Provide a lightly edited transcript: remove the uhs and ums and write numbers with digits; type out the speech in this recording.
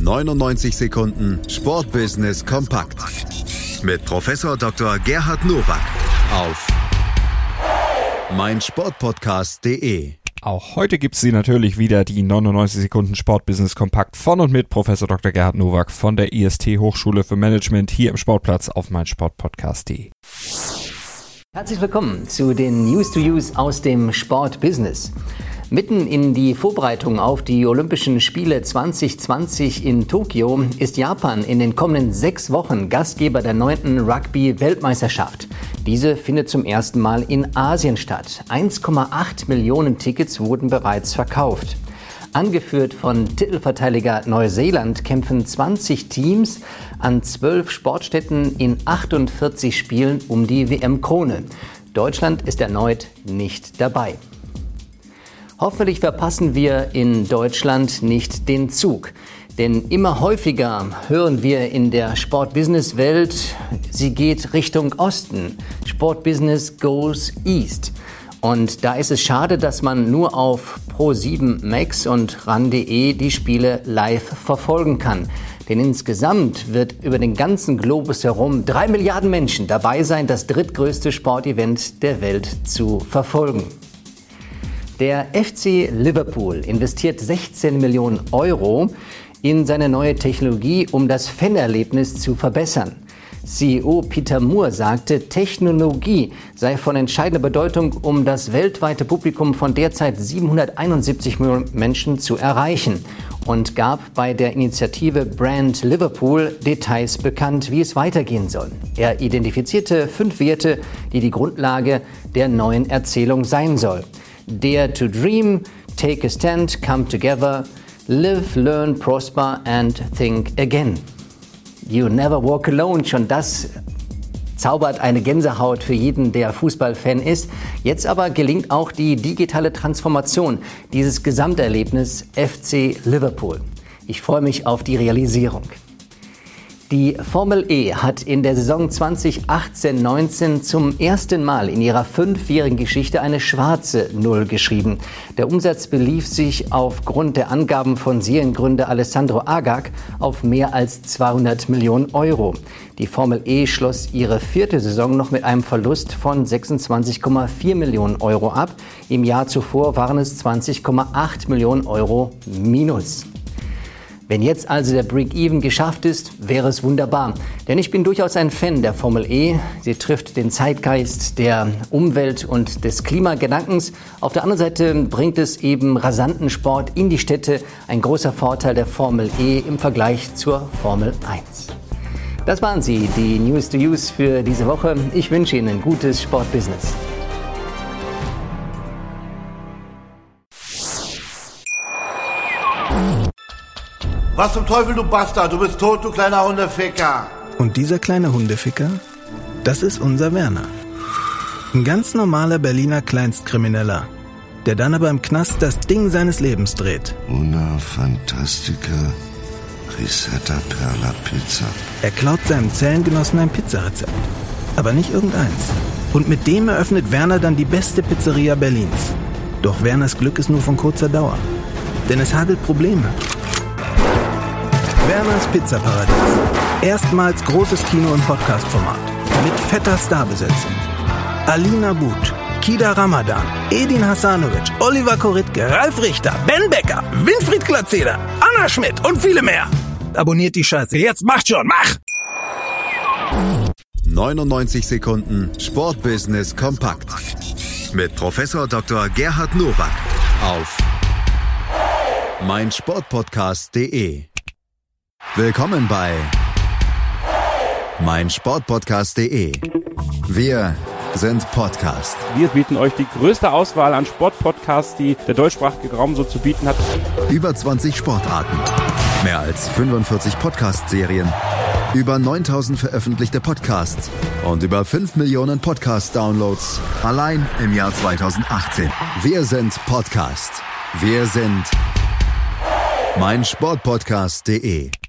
99 Sekunden Sportbusiness kompakt mit Professor Dr. Gerhard Nowak auf meinsportpodcast.de. Auch heute gibt es sie natürlich wieder, die 99 Sekunden Sportbusiness kompakt von und mit Professor Dr. Gerhard Nowak von der IST Hochschule für Management hier im Sportplatz auf meinsportpodcast.de. Herzlich willkommen zu den News to Use aus dem Sportbusiness. Mitten in die Vorbereitung auf die Olympischen Spiele 2020 in Tokio ist Japan in den kommenden 6 Wochen Gastgeber der 9. Rugby-Weltmeisterschaft. Diese findet zum ersten Mal in Asien statt. 1,8 Millionen Tickets wurden bereits verkauft. Angeführt von Titelverteidiger Neuseeland kämpfen 20 Teams an 12 Sportstätten in 48 Spielen um die WM-Krone. Deutschland ist erneut nicht dabei. Hoffentlich verpassen wir in Deutschland nicht den Zug. Denn immer häufiger hören wir in der Sport-Business-Welt, sie geht Richtung Osten. Sport-Business goes east. Und da ist es schade, dass man nur auf Pro7 Max und RAN.de die Spiele live verfolgen kann. Denn insgesamt wird über den ganzen Globus herum 3 Milliarden Menschen dabei sein, das drittgrößte Sportevent der Welt zu verfolgen. Der FC Liverpool investiert 16 Millionen Euro in seine neue Technologie, um das Fanerlebnis zu verbessern. CEO Peter Moore sagte, Technologie sei von entscheidender Bedeutung, um das weltweite Publikum von derzeit 771 Millionen Menschen zu erreichen und gab bei der Initiative Brand Liverpool Details bekannt, wie es weitergehen soll. Er identifizierte 5 Werte, die die Grundlage der neuen Erzählung sein soll. Dare to dream, take a stand, come together, live, learn, prosper and think again. You never walk alone, schon das zaubert eine Gänsehaut für jeden, der Fußballfan ist. Jetzt aber gelingt auch die digitale Transformation dieses Gesamterlebnis FC Liverpool. Ich freue mich auf die Realisierung. Die Formel E hat in der Saison 2018-19 zum ersten Mal in ihrer 5-jährigen Geschichte eine schwarze Null geschrieben. Der Umsatz belief sich aufgrund der Angaben von Seriengründer Alessandro Agag auf mehr als 200 Millionen Euro. Die Formel E schloss ihre 4. Saison noch mit einem Verlust von 26,4 Millionen Euro ab. Im Jahr zuvor waren es 20,8 Millionen Euro minus. Wenn jetzt also der Break-Even geschafft ist, wäre es wunderbar. Denn ich bin durchaus ein Fan der Formel E. Sie trifft den Zeitgeist der Umwelt- und des Klimagedankens. Auf der anderen Seite bringt es eben rasanten Sport in die Städte. Ein großer Vorteil der Formel E im Vergleich zur Formel 1. Das waren sie, die News to Use für diese Woche. Ich wünsche Ihnen ein gutes Sportbusiness. Was zum Teufel, du Bastard? Du bist tot, du kleiner Hundeficker. Und dieser kleine Hundeficker, das ist unser Werner. Ein ganz normaler Berliner Kleinstkrimineller, der dann aber im Knast das Ding seines Lebens dreht. Una Fantastica Risetta Perla Pizza. Er klaut seinem Zellengenossen ein Pizzarezept, aber nicht irgendeins. Und mit dem eröffnet Werner dann die beste Pizzeria Berlins. Doch Werners Glück ist nur von kurzer Dauer, denn es hagelt Probleme. Werners Pizzaparadies. Erstmals großes Kino- und Podcast-Format. Mit fetter Starbesetzung. Alina But, Kida Ramadan, Edin Hasanovic, Oliver Koritke, Ralf Richter, Ben Becker, Winfried Glatzeder, Anna Schmidt und viele mehr. Abonniert die Scheiße. Jetzt macht schon, mach! 99 Sekunden Sportbusiness kompakt mit Professor Dr. Gerhard Nowak auf meinsportpodcast.de. Willkommen bei meinsportpodcast.de. Wir sind Podcast. Wir bieten euch die größte Auswahl an Sportpodcasts, die der deutschsprachige Raum so zu bieten hat. Über 20 Sportarten, mehr als 45 Podcast-Serien, über 9000 veröffentlichte Podcasts und über 5 Millionen Podcast-Downloads allein im Jahr 2018. Wir sind Podcast. Wir sind meinsportpodcast.de.